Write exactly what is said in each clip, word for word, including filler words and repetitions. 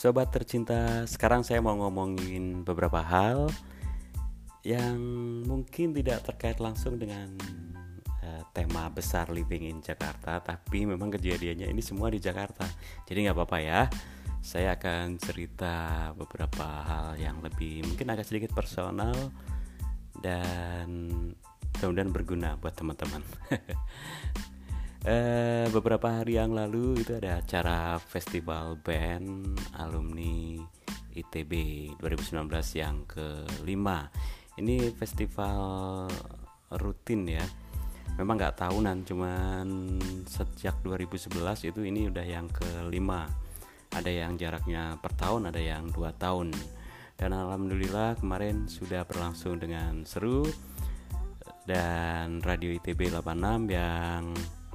Sobat tercinta, sekarang saya mau ngomongin beberapa hal yang mungkin tidak terkait langsung dengan uh, tema besar Living in Jakarta, tapi memang kejadiannya ini semua di Jakarta. Jadi nggak apa-apa ya. Saya akan cerita beberapa hal yang lebih mungkin agak sedikit personal dan mudah-mudahan berguna buat teman-teman. Uh, beberapa hari yang lalu itu ada acara festival band alumni I T B dua ribu sembilan belas yang kelima. Ini festival rutin ya. Memang nggak tahunan, cuman sejak dua ribu sebelas itu ini udah yang kelima. Ada yang jaraknya per tahun, ada yang dua tahun. Dan alhamdulillah kemarin sudah berlangsung dengan seru. Dan Radio I T B delapan puluh enam yang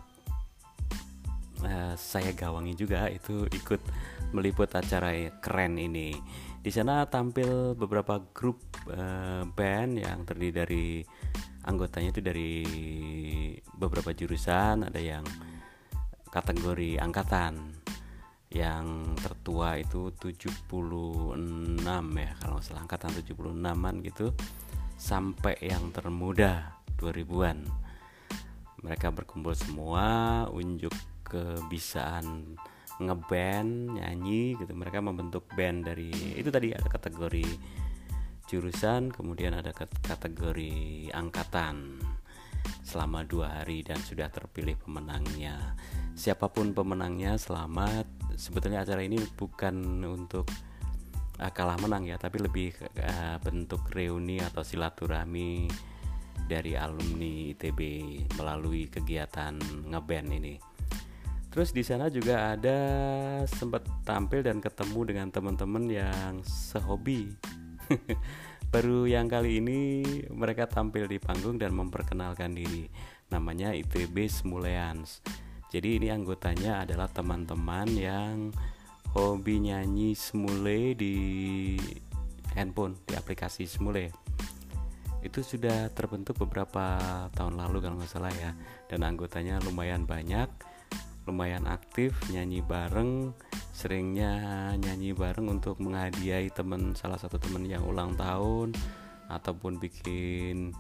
Uh, saya gawangi juga itu ikut meliput acara keren ini. Di sana tampil beberapa grup uh, band yang terdiri dari anggotanya itu dari beberapa jurusan. Ada yang kategori angkatan, yang tertua itu tujuh puluh enam ya kalau nggak salah, angkatan tujuh puluh enaman gitu, sampai yang termuda dua ribuan. Mereka berkumpul semua, unjuk kebisaan ngeband, nyanyi gitu. Mereka membentuk band dari itu tadi, ada kategori jurusan, kemudian ada kategori angkatan selama dua hari dan sudah terpilih pemenangnya. Siapapun pemenangnya selamat. Sebetulnya acara ini bukan untuk uh, kalah menang ya, tapi lebih uh, bentuk reuni atau silaturahmi dari alumni I T B melalui kegiatan ngeband ini. Terus di sana juga ada sempat tampil dan ketemu dengan teman-teman yang sehobi. Baru yang kali ini mereka tampil di panggung dan memperkenalkan diri. Namanya I T B Smuleans. Jadi ini anggotanya adalah teman-teman yang hobi nyanyi smule di handphone, di aplikasi Smule. Itu sudah terbentuk beberapa tahun lalu kalau nggak salah ya. Dan anggotanya lumayan banyak, lumayan aktif, nyanyi bareng, seringnya nyanyi bareng untuk menghadiahi teman, salah satu teman yang ulang tahun, ataupun bikin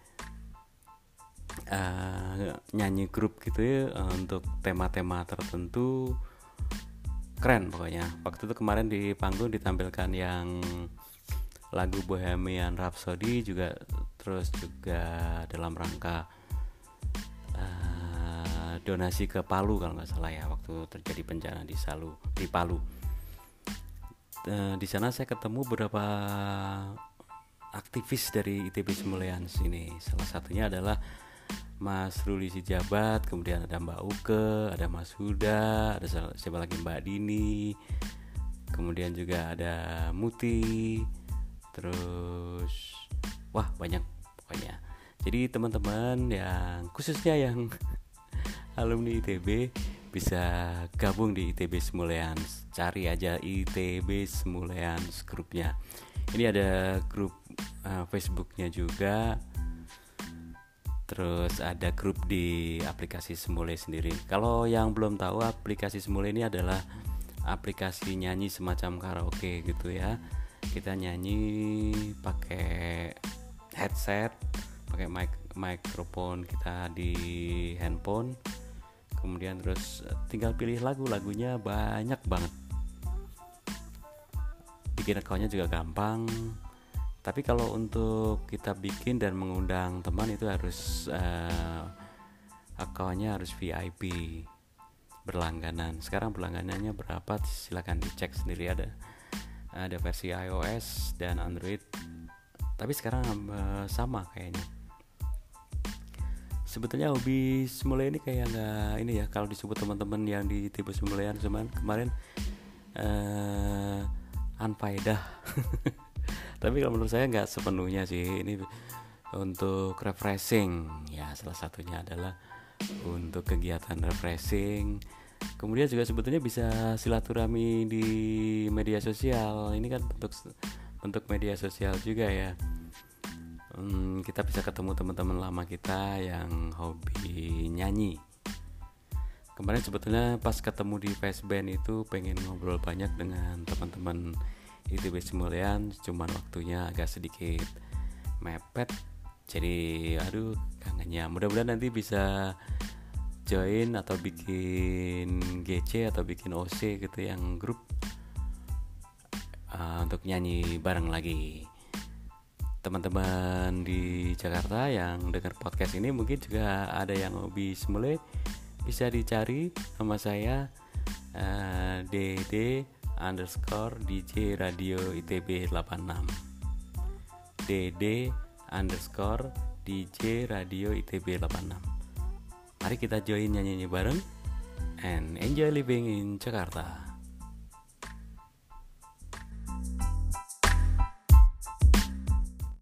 uh, nyanyi grup gitu ya, uh, untuk tema-tema tertentu. Keren pokoknya. Waktu itu kemarin di panggung ditampilkan yang lagu Bohemian Rhapsody juga, terus juga dalam rangka uh, donasi ke Palu kalau nggak salah ya, waktu terjadi bencana di Salu, di Palu. Uh, di sana saya ketemu beberapa aktivis dari I T B Smuleans ini. Salah satunya adalah Mas Ruli Sijabat, kemudian ada Mbak Uke, ada Mas Huda, ada siapa lagi, Mbak Dini, kemudian juga ada Muti. Terus wah banyak pokoknya. Jadi teman-teman yang khususnya yang alumni I T B bisa gabung di I T B Smuleans. Cari aja I T B Smuleans grupnya. Ini ada grup uh, Facebooknya juga. Terus ada grup di aplikasi Smule sendiri. Kalau yang belum tahu, aplikasi Smule ini adalah aplikasi nyanyi semacam karaoke gitu ya. Kita nyanyi pakai headset, pakai mic mikrofon kita di handphone, kemudian terus tinggal pilih lagu, lagunya banyak banget. Bikin akunnya juga gampang. Tapi kalau untuk kita bikin dan mengundang teman itu harus uh, akunnya harus V I P, berlangganan. Sekarang berlangganannya berapa? Silakan dicek sendiri, ada ada versi iOS dan Android, tapi sekarang uh, sama kayaknya. Sebetulnya hobi Smule ini kayak nggak ini ya, kalau disebut teman-teman yang di I T B Smulean cuman kemarin uh, unfaedah. Tapi kalau menurut saya nggak sepenuhnya sih, ini untuk refreshing ya, salah satunya adalah untuk kegiatan refreshing. Kemudian juga sebetulnya bisa silaturahmi di media sosial. Ini kan bentuk bentuk media sosial juga ya. Hmm, kita bisa ketemu teman-teman lama kita yang hobi nyanyi. Kemarin sebetulnya pas ketemu di Faceband itu pengen ngobrol banyak dengan teman-teman I T B Semulian, cuman waktunya agak sedikit mepet. Jadi aduh kangennya. Mudah-mudahan nanti bisa join atau bikin G C atau bikin O C gitu yang grup uh, untuk nyanyi bareng lagi. Teman-teman di Jakarta yang dengar podcast ini mungkin juga ada yang hobi semule, bisa dicari nama saya uh, dd underscore dj radio itb delapan enam dd underscore dj radio itb delapan enam. Mari kita join nyanyi bareng and enjoy living in Jakarta.